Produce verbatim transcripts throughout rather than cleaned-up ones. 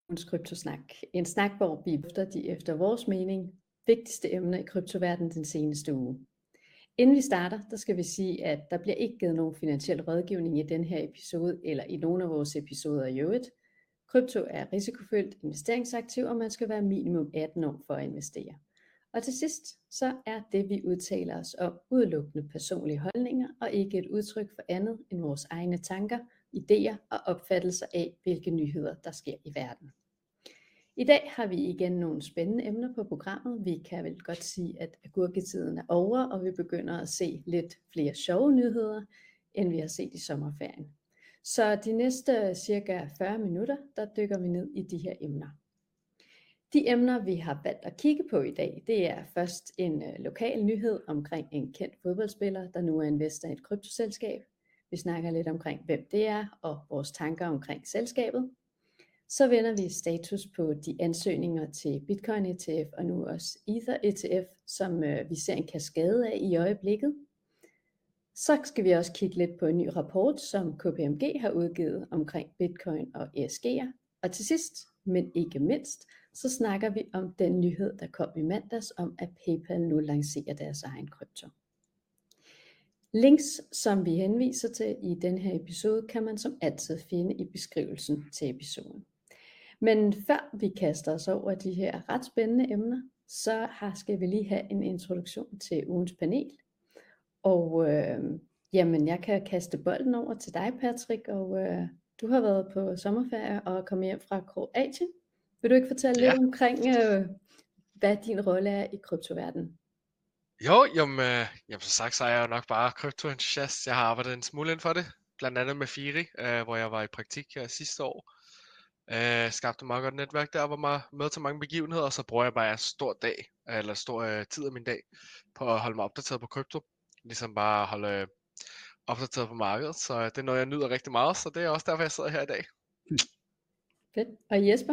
ugens kryptosnak. En snak, hvor vi løfter de efter vores mening vigtigste emner i kryptoverdenen den seneste uge. Inden vi starter, der skal vi sige, at der bliver ikke givet nogen finansiel rådgivning i den her episode, eller i nogle af vores episoder i øvrigt. Krypto er risikofyldt investeringsaktiv, og man skal være minimum atten år for at investere. Og til sidst, så er det, vi udtaler os om, udelukkende personlige holdninger, og ikke et udtryk for andet end vores egne tanker, idéer og opfattelser af, hvilke nyheder, der sker i verden. I dag har vi igen nogle spændende emner på programmet. Vi kan vel godt sige, at agurketiden er over, og vi begynder at se lidt flere sjove nyheder, end vi har set i sommerferien. Så de næste cirka fyrre minutter, der dykker vi ned i de her emner. De emner, vi har valgt at kigge på i dag, det er først en øh, lokal nyhed omkring en kendt fodboldspiller, der nu er investor i et kryptoselskab. Vi snakker lidt omkring, hvem det er, og vores tanker omkring selskabet. Så vender vi status på de ansøgninger til Bitcoin E T F og nu også Ether E T F, som øh, vi ser en kaskade af i øjeblikket. Så skal vi også kigge lidt på en ny rapport, som K P M G har udgivet omkring Bitcoin og E S G'er. Og til sidst, men ikke mindst, så snakker vi om den nyhed, der kom i mandags om, at PayPal nu lancerer deres egen krypto. Links, som vi henviser til i den her episode, kan man som altid finde i beskrivelsen til episoden. Men før vi kaster os over de her ret spændende emner, så har, skal vi lige have en introduktion til ugens panel. Og øh, jamen, jeg kan kaste bolden over til dig, Patrick, og øh, du har været på sommerferie og kommet hjem fra Kroatien. Vil du ikke fortælle Ja. lidt omkring, øh, hvad din rolle er i kryptoverdenen? Jo, jamen, øh, jamen som sagt, så er jeg jo nok bare kryptoentusiast. Jeg har arbejdet en smule inden for det, blandt andet med Firi, øh, hvor jeg var i praktik her sidste år. Øh, skabte meget godt netværk der, var meget med til mange begivenheder, og så bruger jeg bare en stor dag, eller stor øh, tid af min dag, på at holde mig opdateret på krypto. Ligesom bare holde øh, opdateret på markedet, så øh, det er noget, jeg nyder rigtig meget, så det er også derfor, jeg sidder her i dag. Fedt. Og Jesper?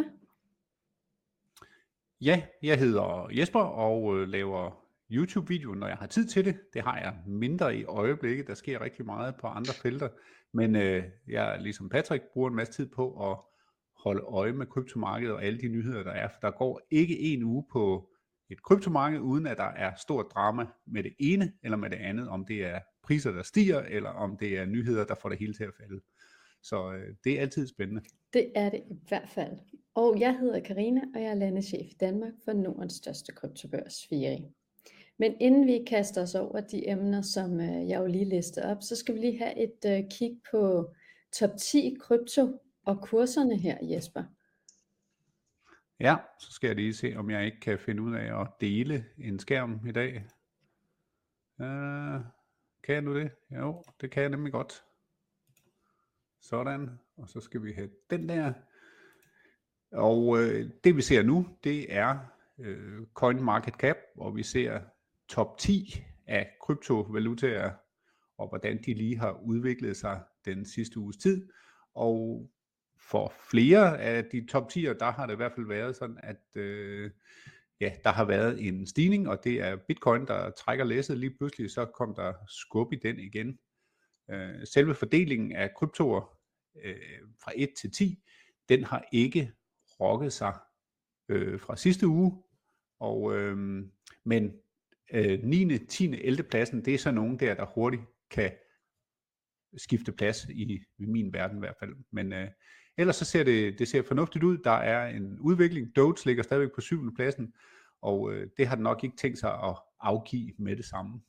Ja, jeg hedder Jesper og øh, laver YouTube-videoer, når jeg har tid til det. Det har jeg mindre i øjeblikket. Der sker rigtig meget på andre felter. Men øh, jeg, ligesom Patrick, bruger en masse tid på at holde øje med kryptomarkedet og alle de nyheder, der er. For der går ikke en uge på et kryptomarked, uden at der er stort drama med det ene eller med det andet. Om det er priser, der stiger, eller om det er nyheder, der får det hele til at falde. Så øh, det er altid spændende. Det er det i hvert fald. Og jeg hedder Karina, og jeg er landeschef i Danmark for Nordens største kryptobørs, Firi. Men inden vi kaster os over de emner, som øh, jeg jo lige listede op, så skal vi lige have et øh, kig på top ti krypto og kurserne her, Jesper. Ja, så skal jeg lige se, om jeg ikke kan finde ud af at dele en skærm i dag. Uh, kan jeg nu det? Jo, det kan jeg nemlig godt. Sådan, og så skal vi have den der. Og øh, det vi ser nu, det er øh, CoinMarketCap, og vi ser top ti af kryptovalutaer, og hvordan de lige har udviklet sig den sidste uges tid. Og for flere af de top ti'er, der har det i hvert fald været sådan, at øh, ja, der har været en stigning, og det er Bitcoin, der trækker læsset. Lige pludselig så kom der skub i den igen. Øh, selve fordelingen af kryptoer øh, fra et til ti, den har ikke rokket sig øh, fra sidste uge, og, øh, men øh, niende, tiende, ellevte pladsen, det er så nogen der, der hurtigt kan skifte plads i, i min verden i hvert fald. Men øh, ellers så ser det, det ser fornuftigt ud. Der er en udvikling. Doge ligger stadigvæk på syvende pladsen, og øh, det har den nok ikke tænkt sig at afgive med det samme.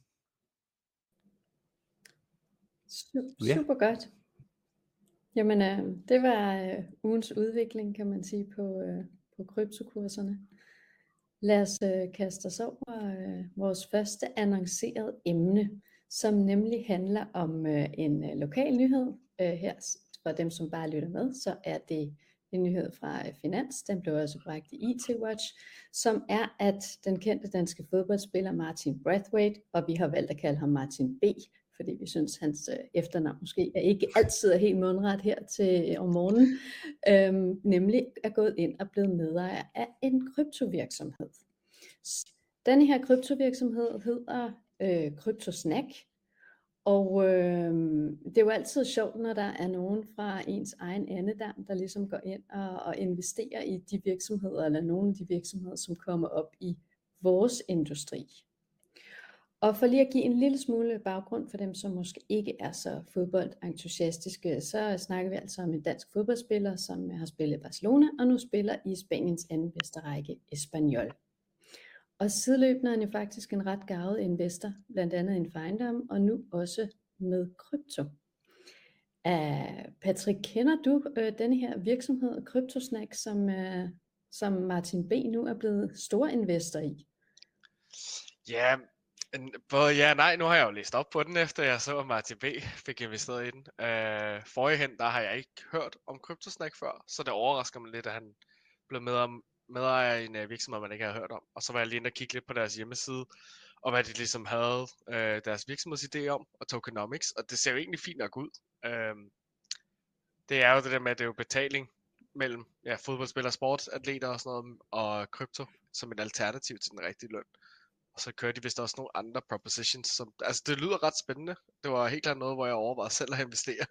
Super, super ja. Godt. Jamen, øh, det var øh, ugens udvikling, kan man sige, på, øh, på kryptokurserne. Lad os øh, kaste os over øh, vores første annoncerede emne, som nemlig handler om øh, en øh, lokal nyhed. Øh, her for dem, som bare lytter med, så er det en nyhed fra øh, Finans. Den blev også bragt i I T Watch, som er, at den kendte danske fodboldspiller Martin Braithwaite, og vi har valgt at kalde ham Martin B., fordi vi synes, hans øh, efternavn måske er ikke altid er helt mundret her til øh, om morgenen, øhm, nemlig er gået ind og blevet medejer af en kryptovirksomhed. Denne her kryptovirksomhed hedder øh, CryptoSnack, Og øh, det er jo altid sjovt, når der er nogen fra ens egen andedam, der ligesom går ind og, og investerer i de virksomheder, eller nogle af de virksomheder, som kommer op i vores industri. Og for lige at give en lille smule baggrund for dem, som måske ikke er så fodboldentusiastiske, så snakker vi altså om en dansk fodboldspiller, som har spillet i Barcelona, og nu spiller i Spaniens anden bedste række, Espanyol. Og sideløbende er han jo faktisk en ret garvet investor, blandt andet i en ejendom, og nu også med krypto. Uh, Patrick, kender du uh, denne her virksomhed, CryptoSnack, som, uh, som Martin B. nu er blevet stor investor i? Ja, både ja og nej. Nu har jeg jo læst op på den, efter jeg så, at Martin B. fik investeret i den. Uh, forhen, der har jeg ikke hørt om CryptoSnack før, så det overrasker mig lidt, at han blev med om medejer i en uh, virksomhed, man ikke har hørt om. Og så var jeg lige inde og kigge lidt på deres hjemmeside, og hvad de ligesom havde uh, deres virksomhedsidé om, og tokenomics, og det ser jo egentlig fint nok ud. Uh, det er jo det der med, at det er jo betaling mellem ja, fodboldspillere, sportsatleter og sådan noget, og krypto som et alternativ til den rigtige løn. Og så kører de vist også nogle andre propositions, som, altså det lyder ret spændende. Det var helt klart noget, hvor jeg overvejede selv at investere.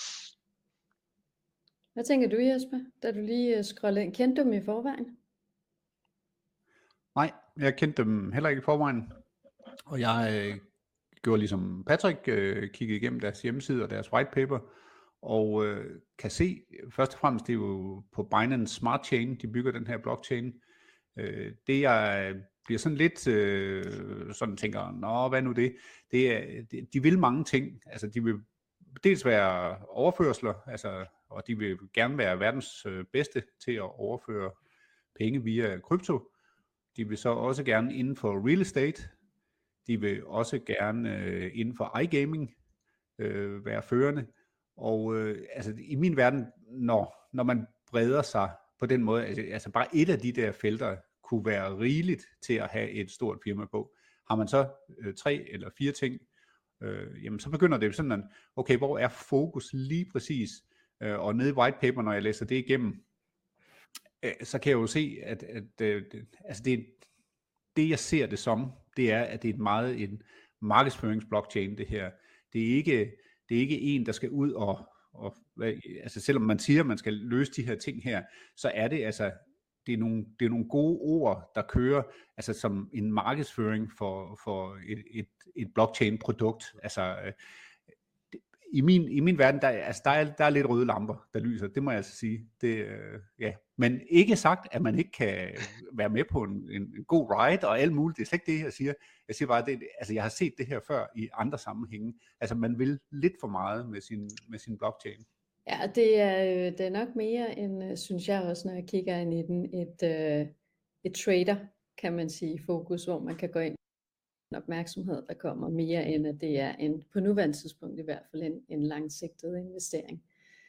Hvad tænker du, Jesper, da du lige scrollede ind? Kendte du dem i forvejen? Nej, jeg kendte dem heller ikke i forvejen. Og jeg øh, gjorde ligesom Patrick, øh, kiggede igennem deres hjemmeside og deres white paper, og øh, kan se, først og fremmest, det er jo på Binance Smart Chain, de bygger den her blockchain. Øh, det jeg bliver sådan lidt, øh, sådan tænker, nå, hvad nu det? det, er, de, de vil mange ting, altså de vil dels være overførsler, altså, og de vil gerne være verdens øh, bedste til at overføre penge via krypto. De vil så også gerne inden for real estate, de vil også gerne øh, inden for iGaming øh, være førende. Og øh, altså i min verden, når, når man breder sig på den måde, altså, altså bare et af de der felter kunne være rigeligt til at have et stort firma på. Har man så øh, tre eller fire ting, øh, jamen så begynder det sådan, at okay, hvor er fokus lige præcis? Øh, og nede i white paper, når jeg læser det igennem, øh, så kan jeg jo se, at, at øh, det, altså det, det jeg ser det som, det er, at det er et meget en markedsføringsblockchain, det her. Det er ikke, det er ikke en, der skal ud og, og altså selvom man siger, at man skal løse de her ting her, så er det altså, det er nogle, det er nogle gode ord, der kører, altså som en markedsføring for, for et, et, et blockchain-produkt. Altså, i min, i min verden, der, altså, der, er, der er lidt røde lamper, der lyser, det må jeg altså sige. Det, øh, ja. Men ikke sagt, at man ikke kan være med på en, en, en god ride og alt muligt. Det er slet ikke det, jeg siger. Jeg siger bare, det, altså, jeg har set det her før i andre sammenhænge. Altså, man vil lidt for meget med sin, med sin blockchain. Ja, det er, det er nok mere end, synes jeg også, når jeg kigger ind i den, et, et trader, kan man sige, fokus, hvor man kan gå ind i en opmærksomhed, der kommer mere end, at det er en, på nuværende tidspunkt i hvert fald, en, en langsigtet investering.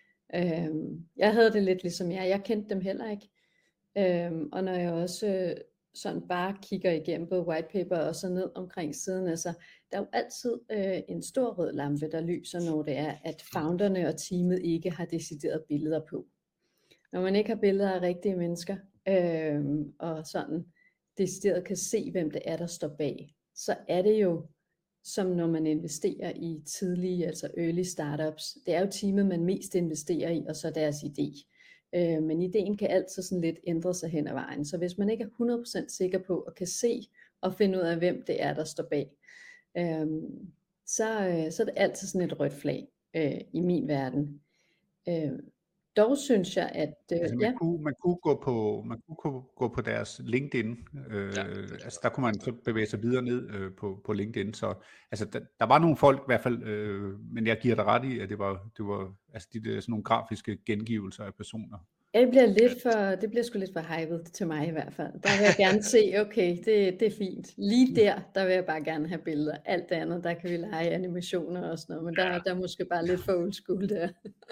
Øhm, jeg havde det lidt ligesom jeg, jeg kendte dem heller ikke, øhm, og når jeg også sådan bare kigger igennem på white paper og så ned omkring siden, altså der er jo altid øh, en stor rød lampe, der lyser, når det er, at founderne og teamet ikke har decideret billeder på. Når man ikke har billeder af rigtige mennesker, øh, og sådan decideret kan se, hvem det er, der står bag, så er det jo, som når man investerer i tidlige, altså early startups, det er jo teamet, man mest investerer i, og så deres idé. Øh, men ideen kan altid sådan lidt ændre sig hen ad vejen, så hvis man ikke er hundrede procent sikker på, og kan se og finde ud af, hvem det er, der står bag, øh, så, øh, så er det altid sådan et rødt flag øh, i min verden. Øh, dog synes jeg, at øh, altså, man, ja. kunne, man kunne gå på man kunne gå på deres LinkedIn. Øh, Ja. altså der kunne man så bevæge sig videre ned øh, på på LinkedIn. Så altså der, der var nogle folk i hvert fald, øh, men jeg giver dig ret i, at det var det var altså de der sådan nogle grafiske gengivelser af personer. Ja, det bliver lidt for, det bliver sgu lidt for hypet til mig i hvert fald. Der vil jeg gerne se, okay, det, det er fint. Lige der, der vil jeg bare gerne have billeder. Alt det andet, der kan vi lege animationer og sådan noget, men der, der er måske bare lidt for old school der.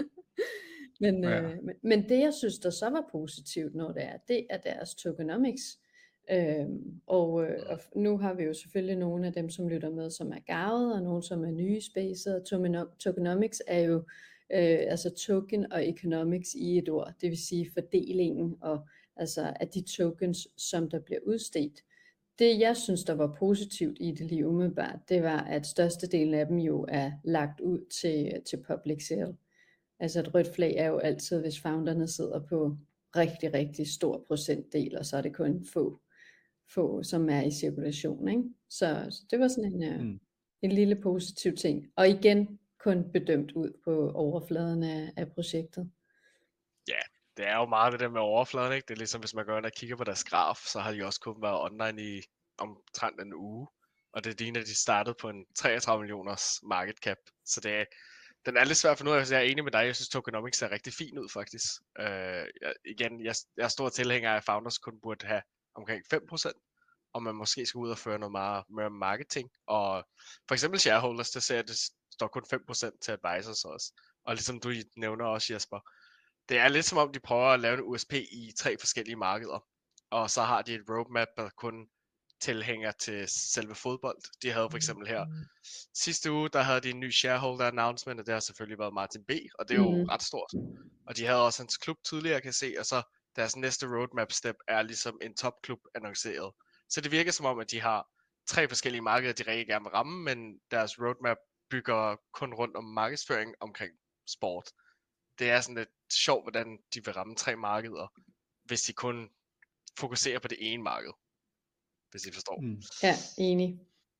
men, Ja. øh, men, men det, jeg synes, der så var positivt, når det er, det er deres tokenomics. Øhm, og, øh, og nu har vi jo selvfølgelig nogle af dem, som lytter med, som er garvet, og nogle, som er nye i spacet. Tokenomics er jo Øh, altså token og economics i et ord, det vil sige fordelingen og, altså, af de tokens, som der bliver udstedt. det jeg synes, der var positivt i det lige umiddelbart, det var, at størstedelen af dem jo er lagt ud til, til public sale. Altså et rødt flag er jo altid, hvis founderne sidder på rigtig, rigtig stor procentdel, og så er det kun få, få som er i cirkulation. Ikke? Så, så det var sådan en, uh, Mm. en lille positiv ting. Og igen kun bedømt ud på overfladen af, af projektet. Ja, det er jo meget det der med overfladen, ikke? Det er ligesom, hvis man går ind og kigger på deres graf, så har de også kun været online i omtrent en uge. Og det ligner, at de startede på en treogtredive millioners market cap. Så det er, den er lidt svært at finde ud af. Jeg er enig med dig, jeg synes tokenomics ser rigtig fint ud faktisk. Øh, jeg, igen, jeg, jeg er stor tilhænger af, at founders kun burde have omkring fem procent. Og man måske skal ud og føre noget meget mere marketing. Og for eksempel shareholders, der ser, at det står kun fem procent til advisors også. Og ligesom du nævner også, Jesper, det er lidt som om, de prøver at lave en U S P i tre forskellige markeder. Og så har de et roadmap, der kun tilhænger til selve fodbold. De havde for eksempel her sidste uge, der havde de en ny shareholder announcement, og det har selvfølgelig været Martin B, og det er jo Mhm. ret stort. Og de havde også hans klub tidligere, kan jeg se, og så deres næste roadmap step er ligesom en topklub annonceret. Så det virker som om, at de har tre forskellige markeder, de rigtig gerne vil ramme, men deres roadmap bygger kun rundt om markedsføring omkring sport. Det er sådan lidt sjovt, hvordan de vil ramme tre markeder, hvis de kun fokuserer på det ene marked. Hvis I forstår. Mm. Ja, enig.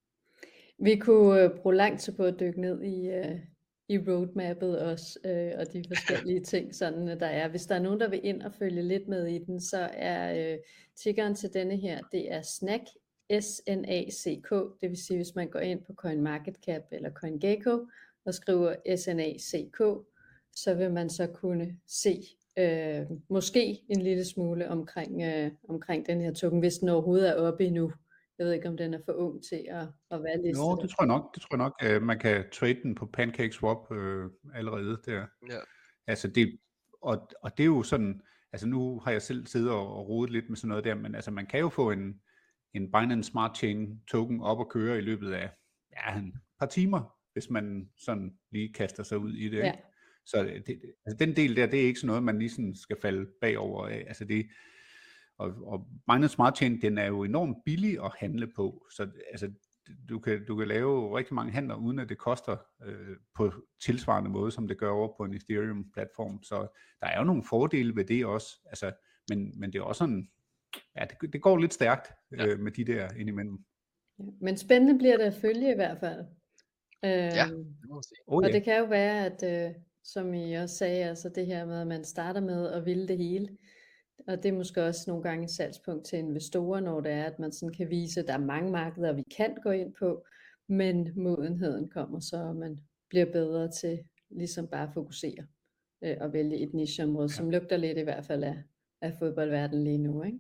Vi kunne øh, bruge lang tid på at dykke ned i, øh, i roadmappet også, øh, og de forskellige ting, sådan at der er. Hvis der er nogen, der vil ind og følge lidt med i den, så er øh, tickeren til denne her, det er S N A C, S N A C K, det vil sige, hvis man går ind på CoinMarketCap eller CoinGecko og skriver S N A C K, så vil man så kunne se øh, måske en lille smule omkring, øh, omkring den her token, hvis den overhovedet er oppe endnu. Jeg ved ikke, om den er for ung til at, at være listet. Jo, det tror jeg nok. Det tror jeg nok. Øh, man kan trade den på PancakeSwap øh, allerede der. Ja. Altså det, og, og det er jo sådan, altså nu har jeg selv siddet og, og rodet lidt med sådan noget der, men altså man kan jo få en, en Binance Smart Chain token op og køre i løbet af ja, et par timer, hvis man sådan lige kaster sig ud i det. Ja. Ikke? Så det, altså den del der, det er ikke sådan noget, man lige sådan skal falde bagover af. Altså det, og, og Binance Smart Chain, den er jo enormt billig at handle på, så altså du kan, du kan lave rigtig mange handler, uden at det koster øh, på tilsvarende måde, som det gør over på en Ethereum-platform. Så der er jo nogle fordele ved det også, altså, men, men det er også sådan, ja, det, det går lidt stærkt øh, Ja. med de der indimellem. Ja, men spændende bliver det at følge i hvert fald. Ja, Øhm, det må man sige. Oh, og ja. det kan jo være, at øh, som I også sagde, altså det her med, at man starter med at ville det hele. Og det er måske også nogle gange et salgspunkt til investorer, når det er, at man sådan kan vise, at der er mange markeder, vi kan gå ind på, men modenheden kommer så, og man bliver bedre til ligesom bare at fokusere øh, og vælge et nicheområde, som lugter lidt i hvert fald af, af fodboldverdenen lige nu, ikke?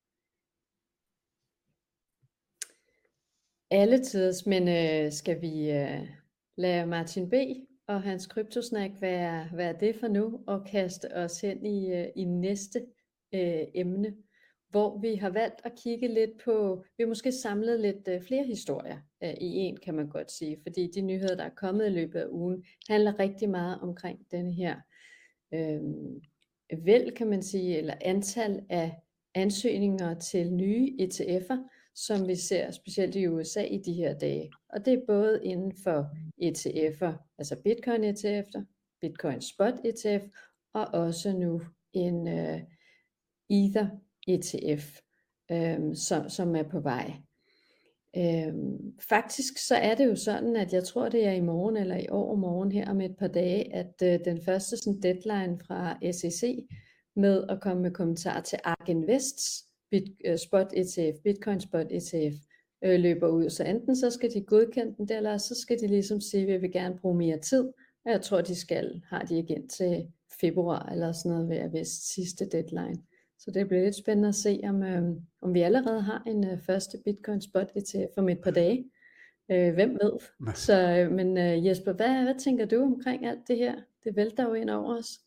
Alle tids, men øh, skal vi øh, lade Martin B. og hans kryptosnak være, være det for nu, og kaste os hen i, øh, i næste øh, emne, hvor vi har valgt at kigge lidt på, vi har måske samlet lidt øh, flere historier øh, i en, kan man godt sige, fordi de nyheder, der er kommet i løbet af ugen, handler rigtig meget omkring denne her øh, væld, kan man sige, eller antal af ansøgninger til nye E T F'er, som vi ser specielt i U S A i de her dage. Og det er både inden for E T F'er, altså Bitcoin E T F'er, Bitcoin Spot E T F, og også nu en øh, Ether E T F, øh, som, som er på vej. Øh, faktisk så er det jo sådan, at jeg tror det er i morgen eller i overmorgen her om et par dage, at øh, den første sådan, deadline fra S E C med at komme med kommentarer til ARK Invests Bit, uh, Spot E T F, Bitcoin Spot E T F øh, løber ud. Så enten så skal de godkende den, eller så skal de ligesom sige, at vi vil gerne bruge mere tid. Og jeg tror, de skal, har de igen til februar eller sådan noget ved at vist sidste deadline. Så det bliver lidt spændende at se, om, øh, om vi allerede har en øh, første Bitcoin Spot E T F om et par dage. Øh, hvem ved? Så, øh, men øh, Jesper, hvad, hvad tænker du omkring alt det her? Det vælter jo ind over os.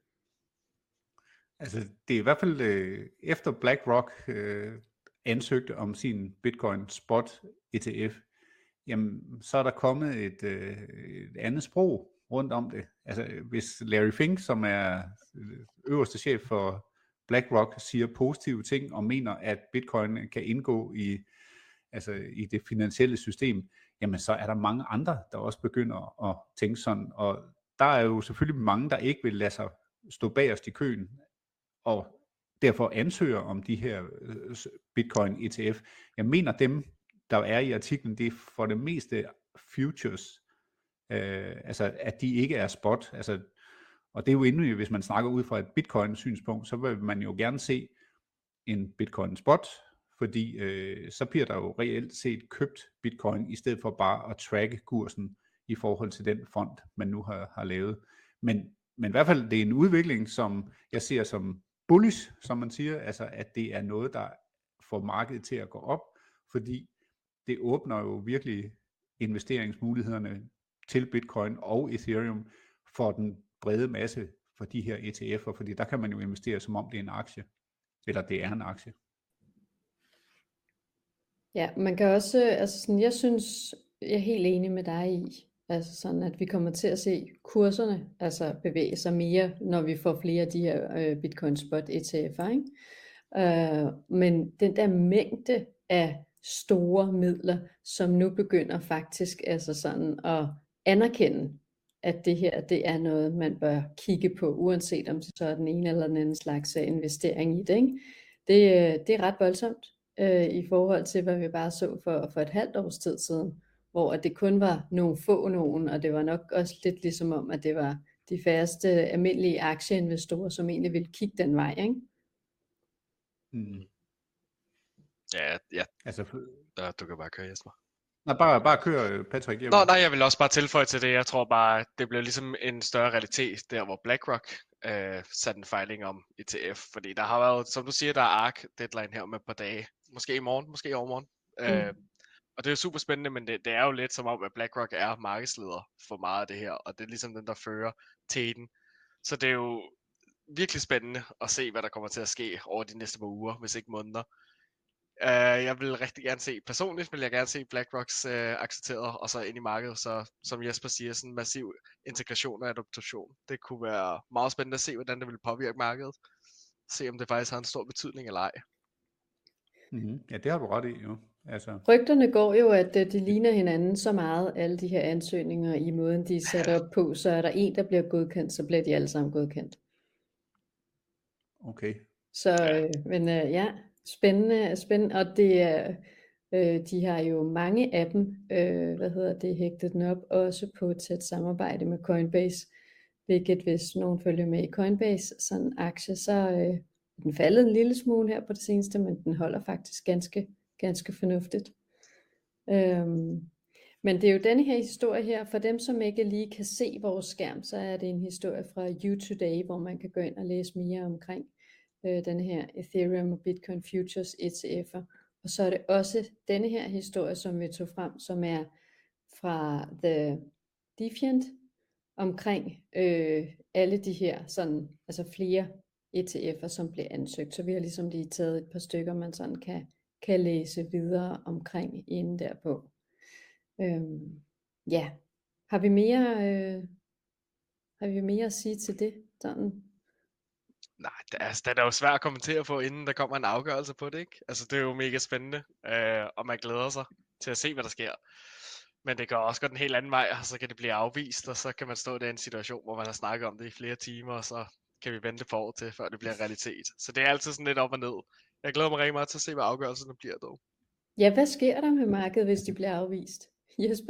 Altså, det er i hvert fald øh, efter BlackRock øh, ansøgte om sin Bitcoin Spot E T F, jamen, så er der kommet et, øh, et andet sprog rundt om det. Altså, hvis Larry Fink, som er øverste chef for BlackRock, siger positive ting og mener, at Bitcoin kan indgå i altså i det finansielle system, jamen så er der mange andre, der også begynder at tænke sådan, og der er jo selvfølgelig mange, der ikke vil lade sig stå bagerst i køen, og derfor ansøger om de her Bitcoin E T F. Jeg mener dem, der er i artiklen, det er for det meste futures, øh, altså at de ikke er spot, altså, og det er jo endnu, hvis man snakker ud fra et Bitcoin-synspunkt, så vil man jo gerne se en Bitcoin spot, fordi øh, så bliver der jo reelt set købt Bitcoin, i stedet for bare at tracke kursen i forhold til den fond, man nu har, har lavet. Men, men i hvert fald, det er en udvikling, som jeg ser som bullish, som man siger, altså at det er noget, der får markedet til at gå op, fordi det åbner jo virkelig investeringsmulighederne til Bitcoin og Ethereum for den brede masse for de her E T F'er, fordi der kan man jo investere, som om det er en aktie, eller det er en aktie. Ja, man kan også, altså sådan, jeg synes, jeg er helt enig med dig i, altså sådan, at vi kommer til at se kurserne, altså bevæge sig mere, når vi får flere af de her øh, Bitcoin Spot E T F'er, ikke? Øh, men den der mængde af store midler, som nu begynder faktisk, altså sådan at anerkende, at det her, det er noget, man bør kigge på, uanset om det så er den ene eller den anden slags investering i det, ikke? Det, det er ret voldsomt øh, i forhold til, hvad vi bare så for, for et halvt års tid siden, hvor det kun var nogle få nogen, og det var nok også lidt ligesom om, at det var de færreste almindelige aktieinvestorer, som egentlig ville kigge den vej, ikke? Mm. Ja, ja. Altså, Der, du kan bare køre, Jesper. nej, bare, bare kør, Patrick. Nå, nej, jeg vil også bare tilføje til det. Jeg tror bare, det bliver ligesom en større realitet, der hvor BlackRock øh, satte en fejling om E T F. Fordi der har været, som du siger, der er ARK deadline her om et par dage. Måske i morgen, måske i overmorgen. Mm. Øh, og det er jo super spændende, men det, det er jo lidt som om, at BlackRock er markedsleder for meget af det her. Og det er ligesom den, der fører teten. Så det er jo virkelig spændende at se, hvad der kommer til at ske over de næste par uger, hvis ikke måneder. Uh, jeg vil rigtig gerne se, personligt vil jeg gerne se BlackRocks uh, accepteret og så ind i markedet, så som Jesper siger, sådan en massiv integration og adoption. Det kunne være meget spændende at se, hvordan det vil påvirke markedet. Se om det faktisk har en stor betydning eller ej. Mm-hmm. Ja, det har du ret i jo. Altså... Rygterne går jo, at de ligner hinanden så meget, alle de her ansøgninger i måden, de er sat op på, så er der en, der bliver godkendt, så bliver de alle sammen godkendt. Okay. Så, øh, men øh, ja, spændende, spændende, og det er, øh, de har jo mange af dem, øh, hvad hedder det, hægtet den op, også på et tæt samarbejde med Coinbase, hvilket hvis nogen følger med i Coinbase, sådan en aktie, så øh, den faldet en lille smule her på det seneste, men den holder faktisk ganske, ganske fornuftigt. Øhm, men det er jo denne her historie her, for dem som ikke lige kan se vores skærm, så er det en historie fra YouToday, hvor man kan gå ind og læse mere omkring øh, denne her Ethereum og Bitcoin Futures E T F'er. Og så er det også denne her historie, som vi tog frem, som er fra The Defiant, omkring øh, alle de her, sådan, altså flere E T F'er, som bliver ansøgt. Så vi har ligesom lige taget et par stykker, man sådan kan, kan læse videre omkring inden derpå. Øhm, ja, har vi mere, øh, har vi mere at sige til det? Sådan. Nej, det er, det er jo svært at kommentere på, inden der kommer en afgørelse på det, ikke? Altså, det er jo mega spændende, øh, og man glæder sig til at se, hvad der sker. Men det går også godt en helt anden vej, og så kan det blive afvist, og så kan man stå der i en situation, hvor man har snakket om det i flere timer, og så kan vi vente på år til, før det bliver en realitet. Så det er altid sådan lidt op og ned. Jeg glæder mig rigtig meget til at se, hvad afgørelserne bliver dog. Ja, hvad sker der med markedet, hvis de bliver afvist? Jesper?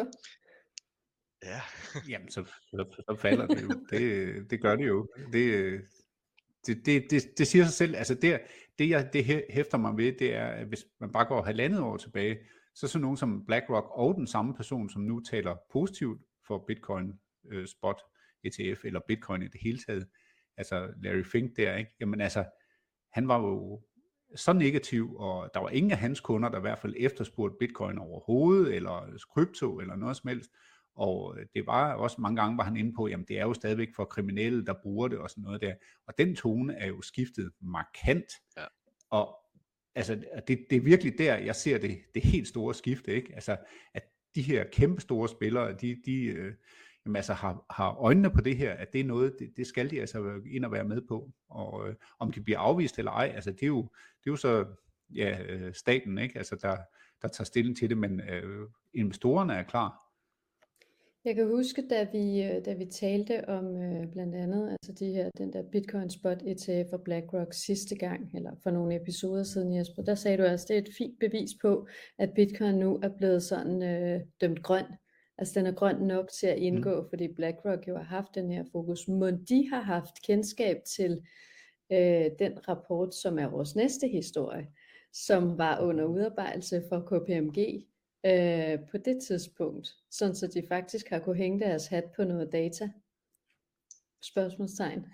Ja. Jamen, så, så, så falder det jo. Det, det gør det jo. Det, det, det, det, det siger sig selv. Altså det, det, jeg det hæfter mig ved, det er, at hvis man bare går halvandet år tilbage, så sådan nogen som BlackRock og den samme person, som nu taler positivt for Bitcoin øh, Spot E T F, eller Bitcoin i det hele taget, altså Larry Fink der, ikke? Jamen altså, han var jo så negativ, og der var ingen af hans kunder, der i hvert fald efterspurgte Bitcoin overhovedet, eller krypto, eller noget som helst. Og det var også mange gange, var han inde på, jamen det er jo stadigvæk for kriminelle, der bruger det og sådan noget der. Og den tone er jo skiftet markant. Ja. Og altså, det, det er virkelig der, jeg ser det, det helt store skifte, ikke? Altså, at de her kæmpe store spillere, de, de øh, jamen, altså, har, har øjnene på det her, at det er noget, det, det skal de altså ind og være med på. Og øh, om de bliver afvist eller ej, altså det er jo, det er jo så ja, øh, staten, ikke? Altså der, der tager stilling til det, men øh, investorerne er klar. Jeg kan huske, da vi, øh, da vi talte om øh, blandt andet altså de her, den der Bitcoin Spot E T F og BlackRock sidste gang, eller for nogle episoder siden, Jesper, der sagde du også, det er et fint bevis på, at Bitcoin nu er blevet sådan øh, dømt grøn. Altså den er grøn nok til at indgå, mm. fordi BlackRock jo har haft den her fokus. Men de har haft kendskab til øh, den rapport, som er vores næste historie, som var under udarbejdelse for K P M G øh, på det tidspunkt, sådan så de faktisk har kunne hænge deres hat på noget data. Spørgsmålstegn.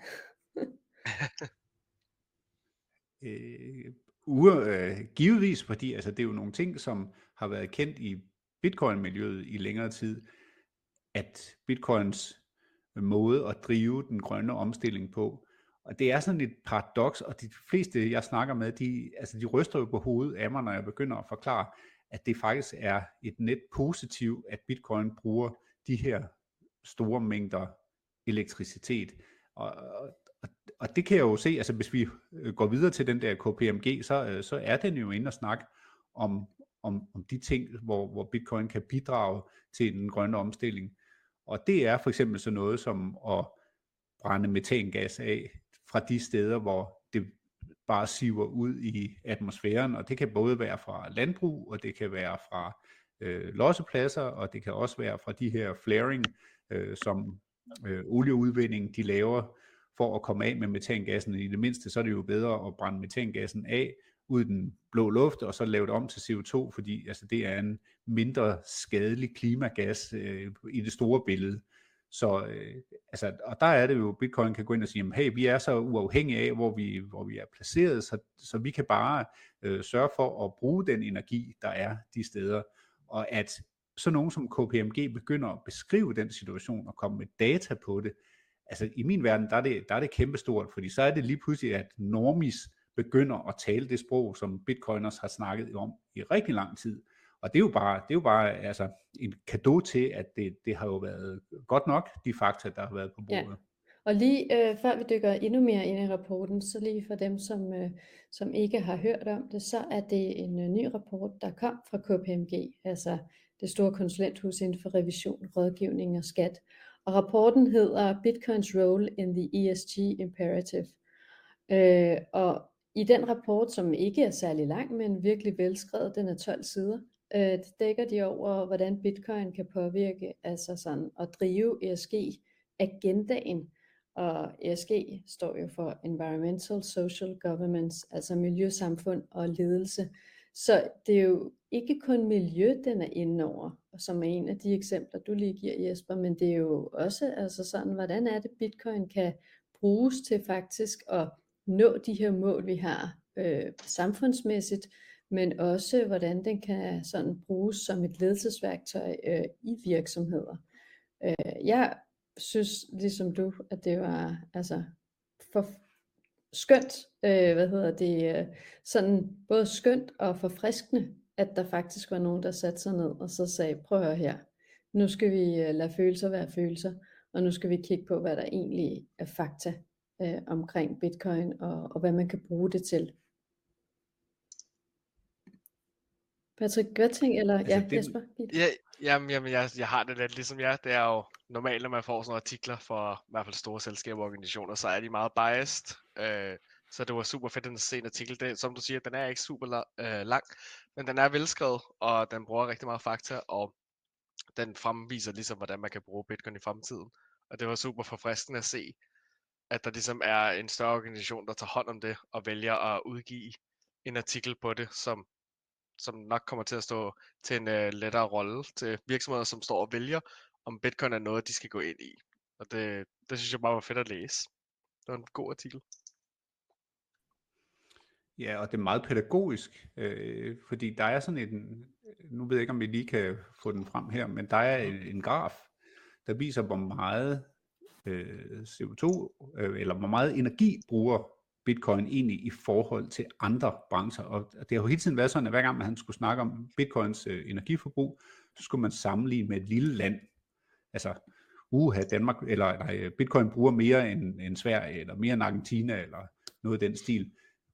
øh, ure, øh, givetvis, fordi altså, det er jo nogle ting, som har været kendt i Bitcoin-miljøet i længere tid, at Bitcoins måde at drive den grønne omstilling på. Og det er sådan et paradoks, og de fleste, jeg snakker med, de, altså, de ryster jo på hovedet af mig, når jeg begynder at forklare, at det faktisk er et net positivt, at Bitcoin bruger de her store mængder elektricitet. Og, og, og det kan jeg jo se, altså hvis vi går videre til den der K P M G, så, så er den jo inde og snakke om, om, om de ting, hvor, hvor Bitcoin kan bidrage til den grønne omstilling. Og det er for eksempel sådan noget som at brænde metangas af fra de steder, hvor det bare siver ud i atmosfæren, og det kan både være fra landbrug, og det kan være fra øh, lossepladser, og det kan også være fra de her flaring, øh, som øh, olieudvinding de laver for at komme af med metangassen. I det mindste så er det jo bedre at brænde metangassen af ud i den blå luft, og så lave det om til C O to, fordi altså, det er en mindre skadelig klimagas øh, i det store billede. Så øh, altså, og der er det jo, Bitcoin kan gå ind og sige, hey, vi er så uafhængige af, hvor vi, hvor vi er placeret, så, så vi kan bare øh, sørge for at bruge den energi, der er de steder. Og at så nogen som K P M G begynder at beskrive den situation og komme med data på det, altså i min verden, der er det, der er det kæmpestort, fordi så er det lige pludselig, at normis begynder at tale det sprog, som bitcoiners har snakket om i rigtig lang tid. Og det er jo bare, det er jo bare altså, en cadeau til, at det, det har jo været godt nok, de fakta, der har været på bordet. Ja. Og lige øh, før vi dykker endnu mere ind i rapporten, så lige for dem, som, øh, som ikke har hørt om det, så er det en øh, ny rapport, der kom fra K P M G, altså det store konsulenthus inden for revision, rådgivning og skat. Og rapporten hedder Bitcoins Role in the E S G Imperative. Øh, og i den rapport, som ikke er særlig lang, men virkelig velskrevet, den er tolv sider, øh, det dækker de over, hvordan Bitcoin kan påvirke, altså sådan at drive E S G-agendaen. Og E S G står jo for Environmental, Social, Governance, altså miljø, samfund og ledelse. Så det er jo ikke kun miljø, den er inde over, som er en af de eksempler, du lige giver, Jesper, men det er jo også altså sådan, hvordan er det, Bitcoin kan bruges til faktisk at nå de her mål, vi har øh, samfundsmæssigt, men også hvordan den kan sådan bruges som et ledelsesværktøj øh, i virksomheder. Øh, jeg synes, ligesom du, at det var altså for skønt, øh, hvad hedder det, øh, sådan både skønt og forfriskende, at der faktisk var nogen, der satte sig ned og så sagde, prøv at høre her, nu skal vi øh, lade følelser være følelser, og nu skal vi kigge på, hvad der egentlig er fakta øh, omkring Bitcoin, og, og hvad man kan bruge det til. Patrick, hvad tænker, eller altså, ja, det, Jesper? Ja, jamen, jamen jeg, jeg har det lidt ligesom jer. Det er jo normalt, når man får sådan nogle artikler for i hvert fald store selskaber og organisationer, så er de meget biased. Øh, så det var super fedt at se en artikel. Det, som du siger, den er ikke super la- øh, lang, men den er velskrevet, og den bruger rigtig meget fakta, og den fremviser ligesom, hvordan man kan bruge Bitcoin i fremtiden. Og det var super forfriskende at se, at der ligesom er en større organisation, der tager hånd om det, og vælger at udgive en artikel på det, som som nok kommer til at stå til en uh, lettere rolle til virksomheder, som står og vælger, om Bitcoin er noget, de skal gå ind i. Og det, det synes jeg bare var fedt at læse. Det var en god artikel. Ja, og det er meget pædagogisk, øh, fordi der er sådan en, nu ved jeg ikke, om vi lige kan få den frem her, men der er en, en graf, der viser, hvor meget øh, C O to, øh, eller hvor meget energi bruger Bitcoin egentlig i forhold til andre brancher. Og det har jo hele tiden været sådan, at hver gang man skulle snakke om Bitcoins øh, energiforbrug, så skulle man sammenligne med et lille land. Altså, uha, Danmark, eller nej, Bitcoin bruger mere end, end Sverige, eller mere end Argentina, eller noget af den stil.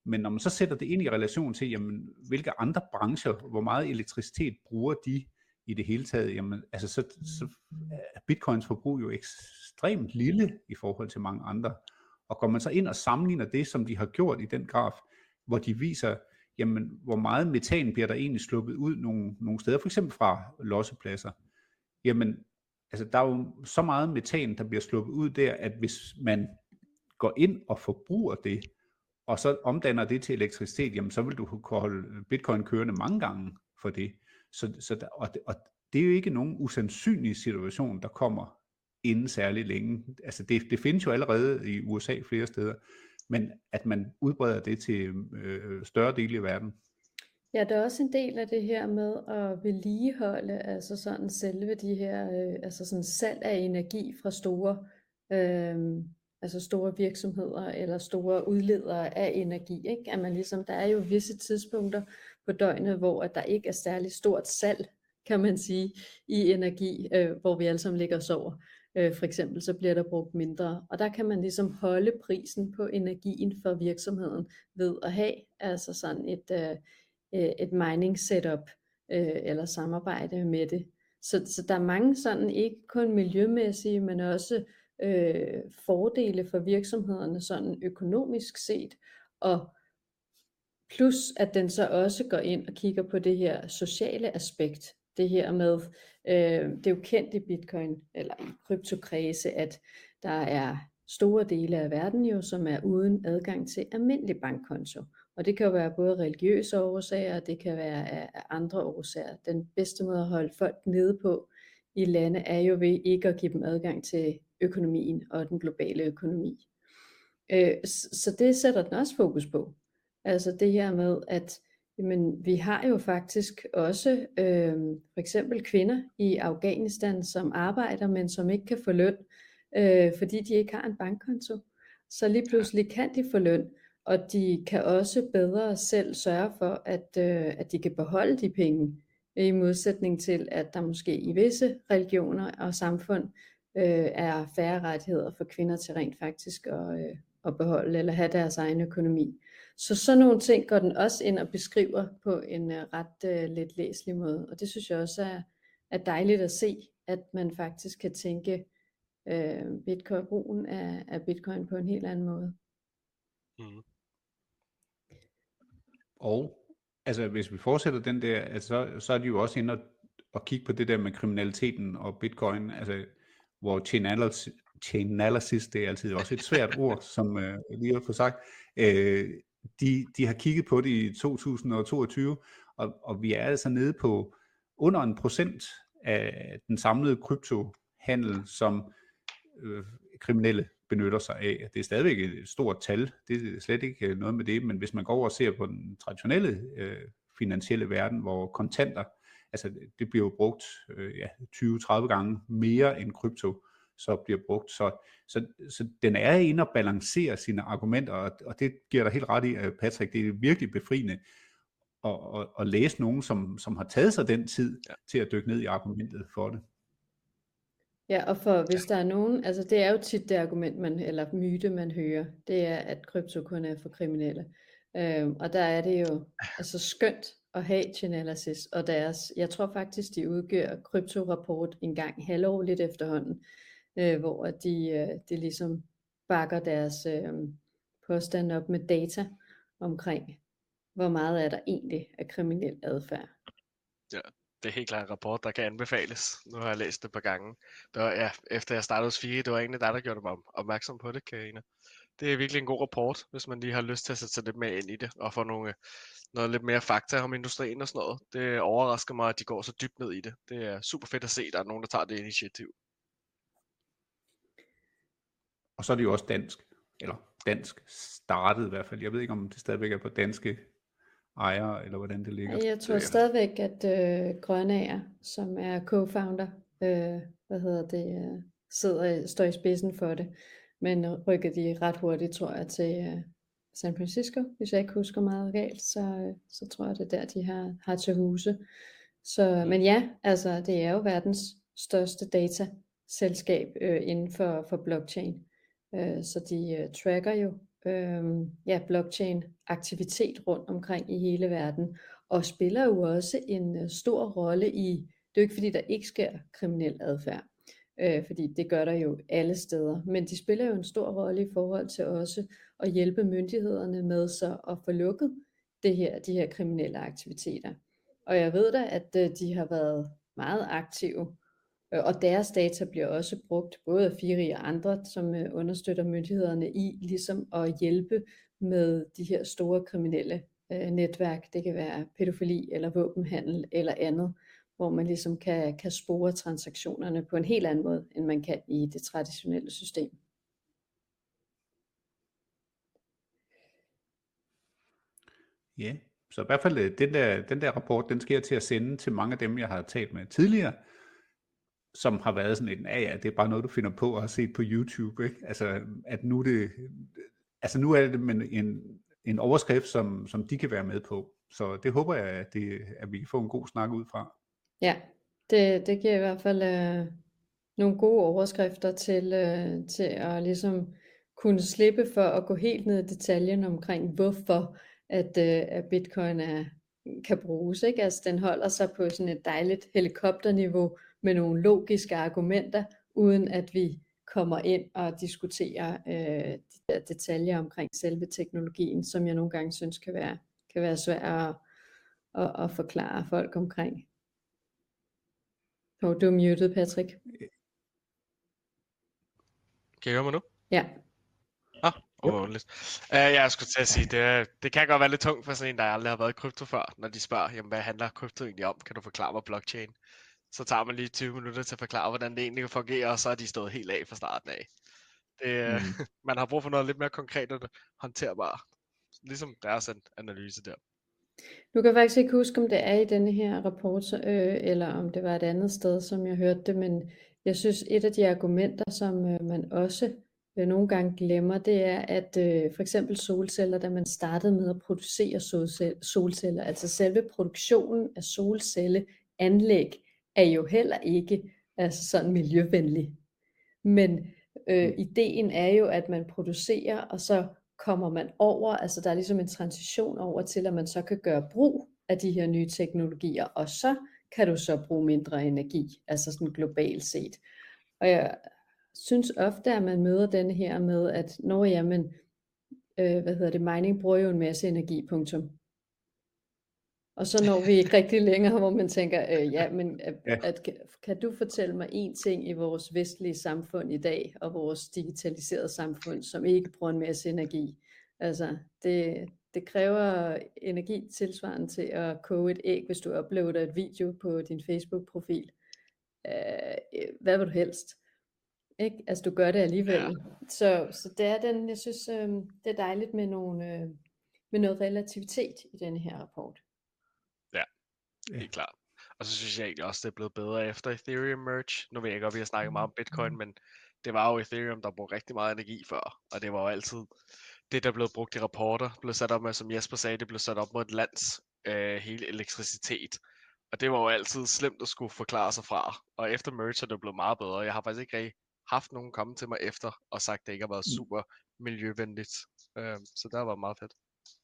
Men når man så sætter det ind i relation til, jamen, hvilke andre brancher, hvor meget elektricitet bruger de i det hele taget, jamen, altså, så, så er bitcoins forbrug jo ekstremt lille i forhold til mange andre. Og går man så ind og sammenligner det, som de har gjort i den graf, hvor de viser, jamen, hvor meget metan bliver der egentlig sluppet ud nogle, nogle steder, for eksempel fra lossepladser, jamen, altså, der er jo så meget metan, der bliver sluppet ud der, at hvis man går ind og forbruger det, og så omdanner det til elektricitet, jamen, så vil du kunne holde bitcoin kørende mange gange for det. Så, så der, og, det, og det er jo ikke nogen usandsynlig situation, der kommer inden særlig længe. Altså det, det findes jo allerede i U S A flere steder, men at man udbreder det til øh, større dele af verden. Ja, der er også en del af det her med at vedligeholde, altså sådan selve de her, øh, altså sådan salg af energi fra store, øh, altså store virksomheder eller store udledere af energi, ikke? At man ligesom, der er jo visse tidspunkter på døgnet, hvor at der ikke er særlig stort salg, kan man sige, i energi, øh, hvor vi alle sammen ligger og sover. Øh, for eksempel, så bliver der brugt mindre, og der kan man ligesom holde prisen på energien for virksomheden ved at have altså sådan et, øh, et mining setup øh, eller samarbejde med det. Så, så der er mange sådan, ikke kun miljømæssige, men også øh, fordele for virksomhederne sådan økonomisk set, og plus at den så også går ind og kigger på det her sociale aspekt. Det her med, øh, det er jo kendt i bitcoin, eller i kryptokredse, at der er store dele af verden jo, som er uden adgang til almindelig bankkonto. Og det kan jo være både religiøse årsager, og det kan være af andre årsager. Den bedste måde at holde folk nede på i lande, er jo ved ikke at give dem adgang til økonomien og den globale økonomi. Øh, så det sætter den også fokus på. Altså det her med, at jamen, vi har jo faktisk også øh, for eksempel kvinder i Afghanistan, som arbejder, men som ikke kan få løn, øh, fordi de ikke har en bankkonto. Så lige pludselig kan de få løn, og de kan også bedre selv sørge for, at, øh, at de kan beholde de penge, i modsætning til, at der måske i visse religioner og samfund øh, er færre rettigheder for kvinder til rent faktisk at, øh, at beholde eller have deres egen økonomi. Så sådan nogle ting går den også ind og beskriver på en uh, ret uh, let læselig måde, og det synes jeg også er, er dejligt at se, at man faktisk kan tænke uh, bitcoin, brugen af, af bitcoin på en helt anden måde. Mm. Og altså hvis vi fortsætter den der, altså, så, så er de jo også inde og, og kigge på det der med kriminaliteten og bitcoin, altså hvor chain analysis, chain analysis, det er altid også et svært ord, som uh, lige har fået sagt, uh, De, de har kigget på det i to tusind og toogtyve, og, og vi er altså nede på under en procent af den samlede kryptohandel, som øh, kriminelle benytter sig af. Det er stadigvæk et stort tal, det er slet ikke noget med det, men hvis man går over og ser på den traditionelle øh, finansielle verden, hvor kontanter, altså det bliver jo brugt øh, ja, tyve til tredive gange mere end krypto, så bliver brugt. Så, så, så den er inde og balancerer sine argumenter, og, og det giver dig helt ret i, Patrick, det er virkelig befriende at, at, at læse nogen, som, som har taget sig den tid ja. til at dykke ned i argumentet for det. Ja, og for hvis der er nogen, altså det er jo tit det argument, man, eller myte, man hører, det er, at krypto kun er for kriminelle. Øhm, og der er det jo altså skønt at have Chainalysis, og deres, jeg tror faktisk, de udgiver kryptorapport en gang halvårligt efterhånden, øh, hvor de, øh, de ligesom bakker deres øh, påstand op med data omkring, hvor meget er der egentlig af kriminel adfærd. Ja, det er helt klart en rapport, der kan anbefales. Nu har jeg læst det et par gange. Det var, ja, efter jeg startede hos Fire, det var egentlig dig, der gjorde mig opmærksom på det, Karina. Det er virkelig en god rapport, hvis man lige har lyst til at sætte sig lidt mere ind i det, og få nogle, noget lidt mere fakta om industrien og sådan noget. Det overrasker mig, at de går så dybt ned i det. Det er super fedt at se, at der er nogen, der tager det initiativ. Og så er det jo også dansk, eller dansk startet i hvert fald. Jeg ved ikke, om det stadigvæk er på danske ejere, eller hvordan det ligger. Jeg tror stadigvæk, at øh, Grønager, som er co-founder, øh, hvad hedder det, øh, sidder, står i spidsen for det. Men rykker de ret hurtigt, tror jeg, til øh, San Francisco, hvis jeg ikke husker meget galt, så, øh, så tror jeg, det er der, de har, har til huse. Så, men ja, altså det er jo verdens største dataselskab øh, inden for, for blockchain. Øh, så de øh, tracker jo øh, ja, blockchain-aktivitet rundt omkring i hele verden, og spiller jo også en øh, stor rolle i, det er jo ikke fordi, der ikke sker kriminel adfærd, øh, fordi det gør der jo alle steder, men de spiller jo en stor rolle i forhold til også at hjælpe myndighederne med så at få lukket det her, de her kriminelle aktiviteter. Og jeg ved da, at øh, de har været meget aktive, øh, og deres data bliver også brugt, både af Firi og andre, som øh, understøtter myndighederne i ligesom at hjælpe med de her store kriminelle øh, netværk. Det kan være pædofili eller våbenhandel eller andet, hvor man ligesom kan, kan spore transaktionerne på en helt anden måde, end man kan i det traditionelle system. Ja, så i hvert fald øh, den der, den der rapport, den skal jeg til at sende til mange af dem, jeg har talt med tidligere, som har været sådan en, ja ja, det er bare noget, du finder på og har set på YouTube, ikke? Altså, at nu det, altså nu er det en, en overskrift, som, som de kan være med på. Så det håber jeg, at, det, at vi kan få en god snak ud fra. Ja, det, det giver i hvert fald øh, nogle gode overskrifter til, øh, til at ligesom kunne slippe for at gå helt ned i detaljen omkring, hvorfor at, øh, at bitcoin er, kan bruges. Ikke? Altså, den holder sig på sådan et dejligt helikopterniveau med nogle logiske argumenter, uden at vi kommer ind og diskuterer øh, de der detaljer omkring selve teknologien, som jeg nogle gange synes kan være, kan være svært at, at, at forklare folk omkring. Oh, du er muted, Patrick. Kan I høre mig nu? Ja. Ah, oh, lidt. Uh, jeg skulle til at sige, det, det kan godt være lidt tungt for sådan en, der aldrig har været i krypto før, når de spørger, jamen, hvad handler krypto egentlig om? Kan du forklare mig blockchain? Så tager man lige tyve minutter til at forklare, hvordan det egentlig fungerer, og så er de stået helt af fra starten af. Det, mm. Man har brug for noget lidt mere konkret og håndterbart, ligesom deres analyse der. Nu kan jeg faktisk ikke huske, om det er i denne her rapport, øh, eller om det var et andet sted, som jeg hørte det, men jeg synes, et af de argumenter, som øh, man også øh, nogle gange glemmer, det er, at øh, for eksempel solceller, da man startede med at producere solceller, altså selve produktionen af solcelleanlæg, er jo heller ikke altså sådan miljøvenlig. Men øh, ideen er jo, at man producerer, og så kommer man over, altså der er ligesom en transition over til, at man så kan gøre brug af de her nye teknologier, og så kan du så bruge mindre energi, altså sådan globalt set. Og jeg synes ofte, at man møder den her med, at når jamen, øh, hvad hedder det, mining bruger jo en masse energi, punktum. Og så når vi ikke rigtig længere, hvor man tænker, øh, ja, men at, ja. At, kan du fortælle mig en ting i vores vestlige samfund i dag, og vores digitaliserede samfund, som ikke bruger en masse energi? Altså, det, det kræver energi tilsvarende til at koge et æg, hvis du uploader et video på din Facebook-profil. Øh, hvad vil du helst? Ikke? Altså, du gør det alligevel. Ja. Så, så det er den, jeg synes, øh, det er dejligt med, nogle, øh, med noget relativitet i denne her rapport. Helt klart. Og så synes jeg egentlig også, det er blevet bedre efter Ethereum merge. Nu ved jeg godt, vi har snakket meget om Bitcoin, men det var jo Ethereum, der brugte rigtig meget energi før. Og det var jo altid det, der blev brugt i rapporter, blev sat op med, som Jesper sagde, det blev sat op mod et lands øh, hele elektricitet. Og det var jo altid slemt at skulle forklare sig fra. Og efter merge er det blevet meget bedre. Jeg har faktisk ikke rigtig haft nogen komme til mig efter og sagt, at det ikke har været super miljøvenligt. Øh, så det har været meget fedt.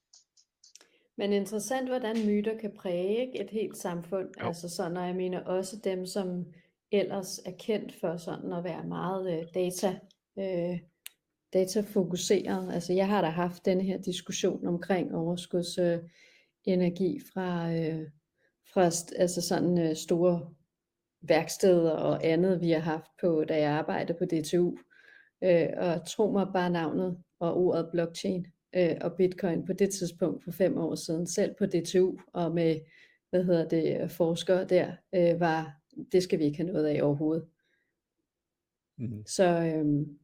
Men interessant, hvordan myter kan præge et helt samfund. Jo. Altså sådan, og jeg mener også dem, som ellers er kendt for sådan at være meget øh, data, øh, datafokuseret. Altså jeg har da haft denne her diskussion omkring overskudsenergi øh, fra, øh, fra altså sådan øh, store værksteder og andet, vi har haft på, da jeg arbejdede på D T U. Øh, og tro mig bare navnet og ordet blockchain og bitcoin på det tidspunkt for fem år siden, selv på D T U og med, hvad hedder det, forskere der, øh, var, det skal vi ikke have noget af overhovedet. Mm. Så øhm,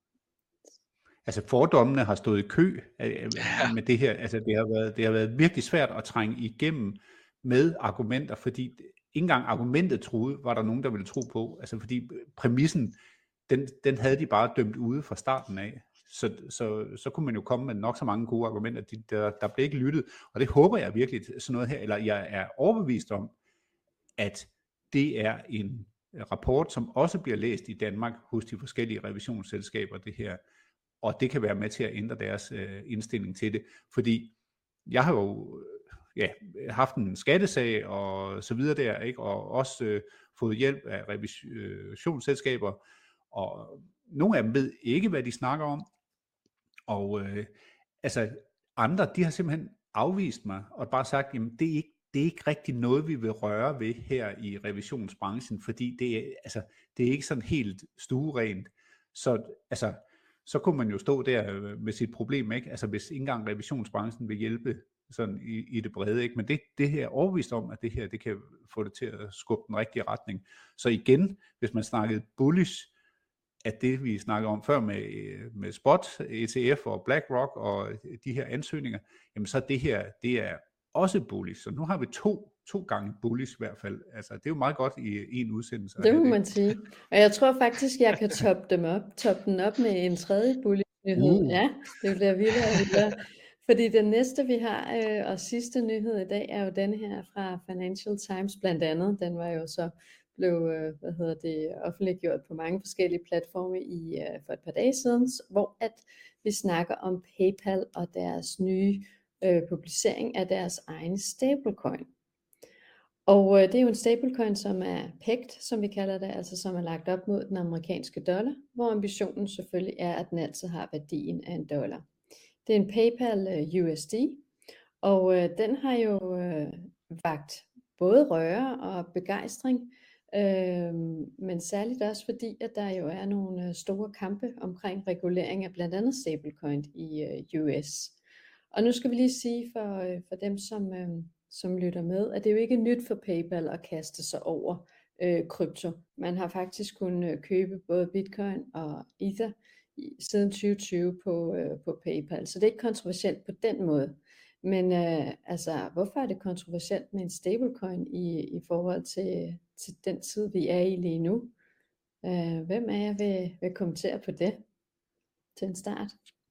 altså fordommene har stået i kø med det her, altså det har været, det har været virkelig svært at trænge igennem med argumenter, fordi ikke engang argumentet troede, var der nogen, der ville tro på, altså fordi præmissen, den, den havde de bare dømt ude fra starten af. Så, så, så kunne man jo komme med nok så mange gode argumenter, de, der, der blev ikke lyttet, og det håber jeg virkelig sådan noget her, eller jeg er overbevist om, at det er en rapport, som også bliver læst i Danmark hos de forskellige revisionsselskaber, det her, og det kan være med til at ændre deres øh, indstilling til det, fordi jeg har jo ja, haft en skattesag og så videre der, ikke? Og også øh, fået hjælp af revisionsselskaber, og nogle af dem ved ikke, hvad de snakker om, og øh, altså andre, de har simpelthen afvist mig, og bare sagt, jamen det er ikke, det er ikke rigtig noget, vi vil røre ved her i revisionsbranchen, fordi det er, altså, det er ikke sådan helt stuerent, så altså, så kunne man jo stå der med sit problem, ikke? Altså hvis ikke engang revisionsbranchen vil hjælpe sådan i, i det brede, ikke? Men det, det her er overbevist om, at det her, det kan få det til at skubbe den rigtige retning. Så igen, hvis man snakkede bullish, at det vi snakker om før med, med Spot, E T F og BlackRock og de her ansøgninger, jamen så det her, det er også bullish. Så nu har vi to, to gange bullish i hvert fald. Altså det er jo meget godt i en udsendelse. Det må man sige. Og jeg tror faktisk, jeg kan toppe dem op, toppe den op med en tredje bullish nyhed. Uh. Ja, det bliver vildere og vildere. Fordi den næste vi har, øh, og sidste nyhed i dag, er jo den her fra Financial Times blandt andet. Den var jo så blev øh, hvad hedder det, offentliggjort på mange forskellige platforme i, øh, for et par dage siden, hvor at vi snakker om PayPal og deres nye øh, publicering af deres egen stablecoin. Og øh, det er jo en stablecoin, som er pegged, som vi kalder det, altså som er lagt op mod den amerikanske dollar, hvor ambitionen selvfølgelig er, at den altid har værdien af en dollar. Det er en PayPal øh, U S D, og øh, den har jo øh, vakt både røre og begejstring, øh, men særligt også fordi, at der jo er nogle øh, store kampe omkring regulering af blandt andet stablecoin i øh, U S. Og nu skal vi lige sige for, øh, for dem, som, øh, som lytter med, at det er jo ikke nyt for PayPal at kaste sig over øh, krypto. Man har faktisk kunnet købe både Bitcoin og Ether siden tyve tyve på, øh, på PayPal, så det er ikke kontroversielt på den måde. Men øh, altså, hvorfor er det kontroversielt med en stablecoin i, i forhold til, til den tid, vi er i lige nu? Øh, hvem af jer vil, vil kommentere på det til en start?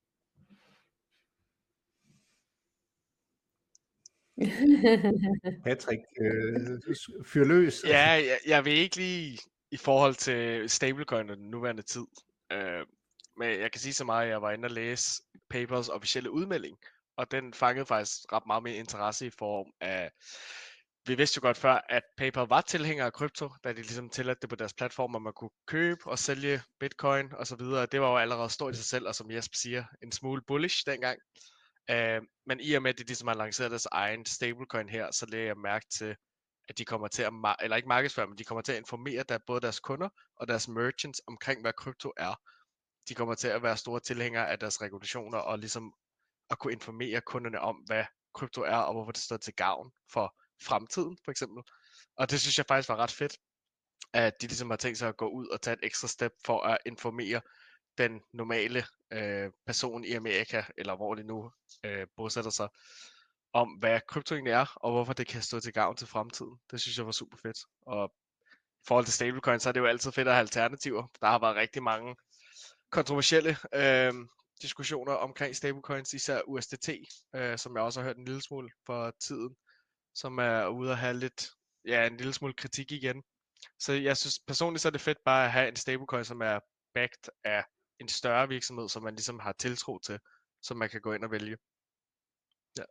Patrick, øh, fyr løs. Ja, jeg, jeg vil ikke lige i forhold til stablecoin og den nuværende tid. Øh, men jeg kan sige så meget, at jeg var inde og læse PayPals officielle udmelding, og den fangede faktisk ret meget mere interesse i form af, vi vidste jo godt før, at PayPal var tilhænger af krypto, da de ligesom tilladte det på deres platform, at man kunne købe og sælge bitcoin og så videre. Det var jo allerede stort i sig selv, og som Jesper siger, en smule bullish dengang. Uh, men i og med, at de ligesom har lanceret deres egen stablecoin her, så lægger jeg mærke til, at de kommer til at, eller ikke markedsføre, men de kommer til at informere der, både deres kunder og deres merchants omkring, hvad krypto er. De kommer til at være store tilhængere af deres regulationer, og ligesom at kunne informere kunderne om, hvad krypto er, og hvorfor det står til gavn for fremtiden, for eksempel. Og det synes jeg faktisk var ret fedt, at de ligesom har tænkt sig at gå ud og tage et ekstra step for at informere den normale øh, person i Amerika, eller hvor de nu øh, bosætter sig, om hvad krypto egentlig er, og hvorfor det kan stå til gavn til fremtiden. Det synes jeg var super fedt. Og i forhold til stablecoin, så er det jo altid fedt at have alternativer. Der har været rigtig mange kontroversielle øh, diskussioner omkring stablecoins, især U S D T, øh, som jeg også har hørt en lille smule for tiden, som er ude at have lidt, ja, en lille smule kritik igen. Så jeg synes personligt, så er det fedt bare at have en stablecoin, som er backed af en større virksomhed, som man ligesom har tiltro til, som man kan gå ind og vælge. Ja,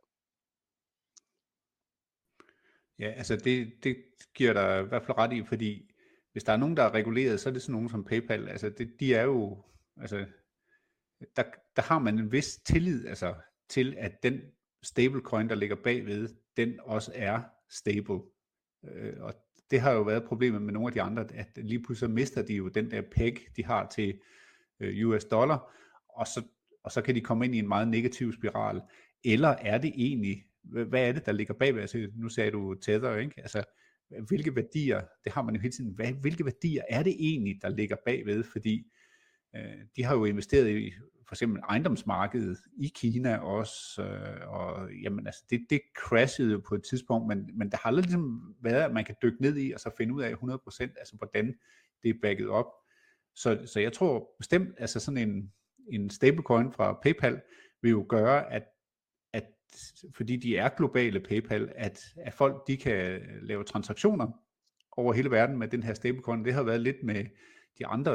Ja, altså det, det giver dig i hvert fald ret i, fordi hvis der er nogen, der er reguleret, så er det sådan nogen som PayPal. Altså det, de er jo, altså der, der har man en vis tillid altså, til, at den stablecoin, der ligger bagved, den også er stable. Øh, og det har jo været problemet med nogle af de andre, at lige pludselig mister de jo den der peg, de har til øh, U S dollar, og så, og så kan de komme ind i en meget negativ spiral. Eller er det egentlig, hvad er det, der ligger bagved? Altså, nu sagde du Tether, ikke? Altså, hvilke værdier, det har man jo hele tiden, hvad, hvilke værdier er det egentlig, der ligger bagved? Fordi øh, de har jo investeret i for eksempel ejendomsmarkedet i Kina også, øh, og jamen altså, det, det crashede jo på et tidspunkt, men, men der har aldrig ligesom været, at man kan dykke ned i, og så finde ud af hundrede procent, altså hvordan det er backet op. Så, så jeg tror bestemt, altså sådan en, en stablecoin fra PayPal vil jo gøre, at, at fordi de er globale PayPal, at, at folk de kan lave transaktioner over hele verden med den her stablecoin. Det har været lidt med de andre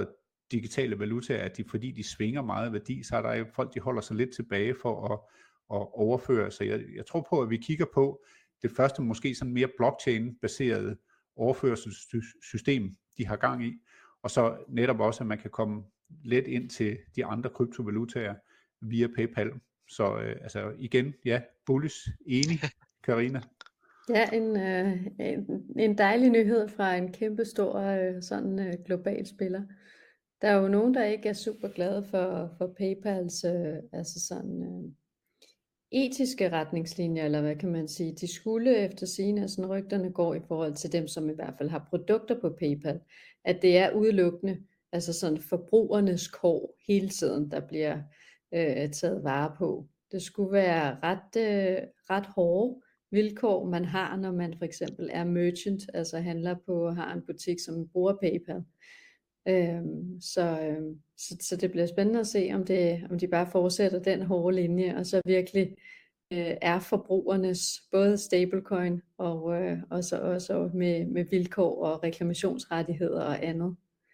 digitale valutaer, at de, fordi de svinger meget værdi, så er der jo folk, de holder sig lidt tilbage for at, at overføre. Så jeg, jeg tror på, at vi kigger på det første måske sådan mere blockchain-baserede overførselssystem, de har gang i, og så netop også, at man kan komme let ind til de andre kryptovalutaer via PayPal. Så øh, altså igen, ja, bullish, enig, Karina. Ja, en, øh, en, en dejlig nyhed fra en kæmpe stor øh, sådan øh, global spiller. Der er jo nogen, der ikke er super glade for, for PayPals øh, altså sådan, øh, etiske retningslinjer, eller hvad kan man sige. De skulle efter sigende, sådan rygterne går i forhold til dem, som i hvert fald har produkter på PayPal, at det er udelukkende altså sådan forbrugernes kår hele tiden, der bliver øh, taget vare på. Det skulle være ret, øh, ret hårde vilkår, man har, når man for eksempel er merchant, altså handler på, har en butik, som bruger PayPal. Øhm, så, øhm, så, så det bliver spændende at se, om, det, om de bare fortsætter den hårde linje, og så virkelig øh, er forbrugernes både stablecoin, og, øh, og så også med, med vilkår og reklamationsrettigheder og andet.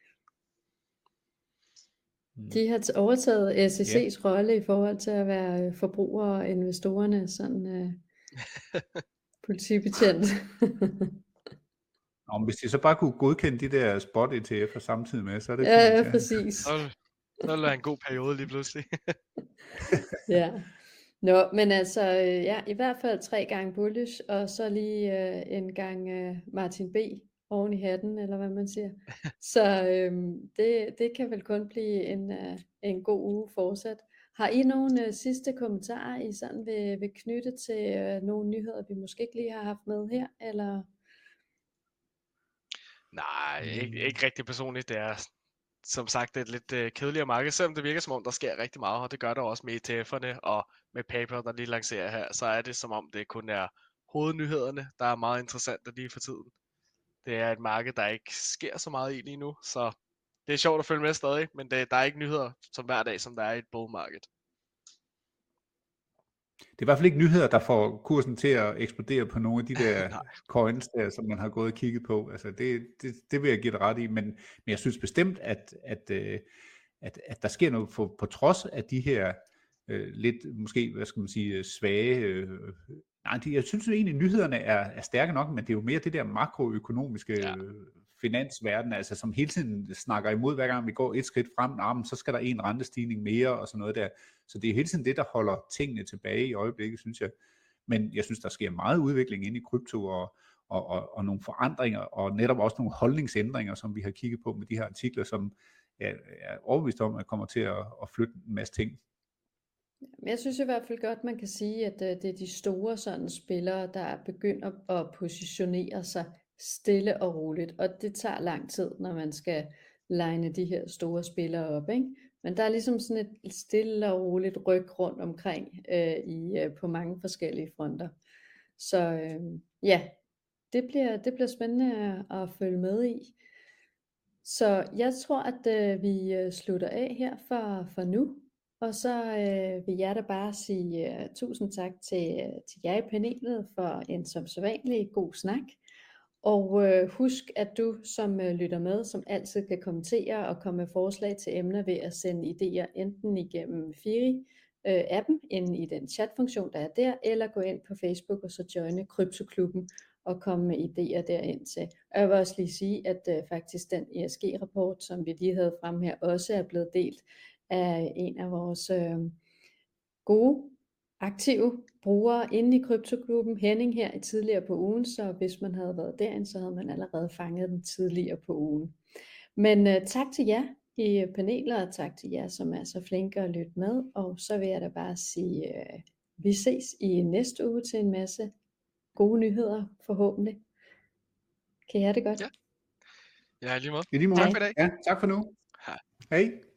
De har t- overtaget S E C's yeah. rolle i forhold til at være forbrugere og investorerne, sådan øh, politibetjent. Nå, hvis de så bare kunne godkende de der spot E T F'er samtidig med, så er det ja, fint. Ja, præcis. Så vil det være en god periode lige pludselig. ja. Nå, men altså, ja, i hvert fald tre gange bullish, og så lige øh, en gang øh, Martin B. oven i hatten, eller hvad man siger. Så øhm, det, det kan vel kun blive en, øh, en god uge fortsat. Har I nogle øh, sidste kommentarer, I sådan vil, vil knytte til øh, nogle nyheder, vi måske ikke lige har haft med her, eller... Nej, ikke, ikke rigtig personligt. Det er som sagt et lidt øh, kedeligere marked, selvom det virker som om, der sker rigtig meget, og det gør der også med E T F'erne og med PayPal, der lige lancerer her, så er det som om, det kun er hovednyhederne, der er meget interessante lige for tiden. Det er et marked, der ikke sker så meget i lige nu, så det er sjovt at følge med stadig, men det, der er ikke nyheder som hver dag, som der er i et bull market. Det er i hvert fald ikke nyheder, der får kursen til at eksplodere på nogle af de der coins, der, som man har gået og kigget på. Altså det, det, det vil jeg give dig ret i, men, men jeg synes bestemt, at, at, at, at der sker noget for, på trods af de her øh, lidt, måske, hvad skal man sige, svage... Øh, nej, de, jeg synes egentlig, at nyhederne er, er stærke nok, men det er jo mere det der makroøkonomiske ja. finansverden, altså som hele tiden snakker imod, hver gang vi går et skridt frem, nah, så skal der en rentestigning mere og sådan noget der. Så det er hele tiden det, der holder tingene tilbage i øjeblikket, synes jeg. Men jeg synes, der sker meget udvikling inde i krypto og, og, og, og nogle forandringer, og netop også nogle holdningsændringer, som vi har kigget på med de her artikler, som jeg er overbevist om, at kommer til at, at flytte en masse ting. Jeg synes i hvert fald godt, man kan sige, at det er de store sådan spillere, der begynder at positionere sig stille og roligt, og det tager lang tid, når man skal line de her store spillere op, ikke? Men der er ligesom sådan et stille og roligt ryg rundt omkring øh, i, øh, på mange forskellige fronter. Så øh, ja, det bliver, det bliver spændende at følge med i. Så jeg tror, at øh, vi slutter af her for, for nu. Og så øh, vil jeg da bare sige uh, tusind tak til, uh, til jer i panelet for en som sædvanlig god snak. Og øh, husk, at du som øh, lytter med, som altid kan kommentere og komme med forslag til emner ved at sende idéer enten igennem Firi øh, appen inde i den chatfunktion, der er der, eller gå ind på Facebook og så joine Kryptoklubben og komme med idéer derind til. Og jeg vil også lige sige, at øh, faktisk den E S G-rapport, som vi lige havde frem her, også er blevet delt af en af vores øh, gode aktive brugere inde i Kryptoklubben, Henning, her i tidligere på ugen, så hvis man havde været derinde, så havde man allerede fanget den tidligere på ugen. Men uh, tak til jer i panelet, og tak til jer, som er så flinke at lytte med, og så vil jeg da bare sige, uh, vi ses i næste uge til en masse gode nyheder, forhåbentlig. Kan I have det godt? Ja, ja lige måde. I lige måde. Tak for i dag. Ja, tak for nu. Hej. Hej.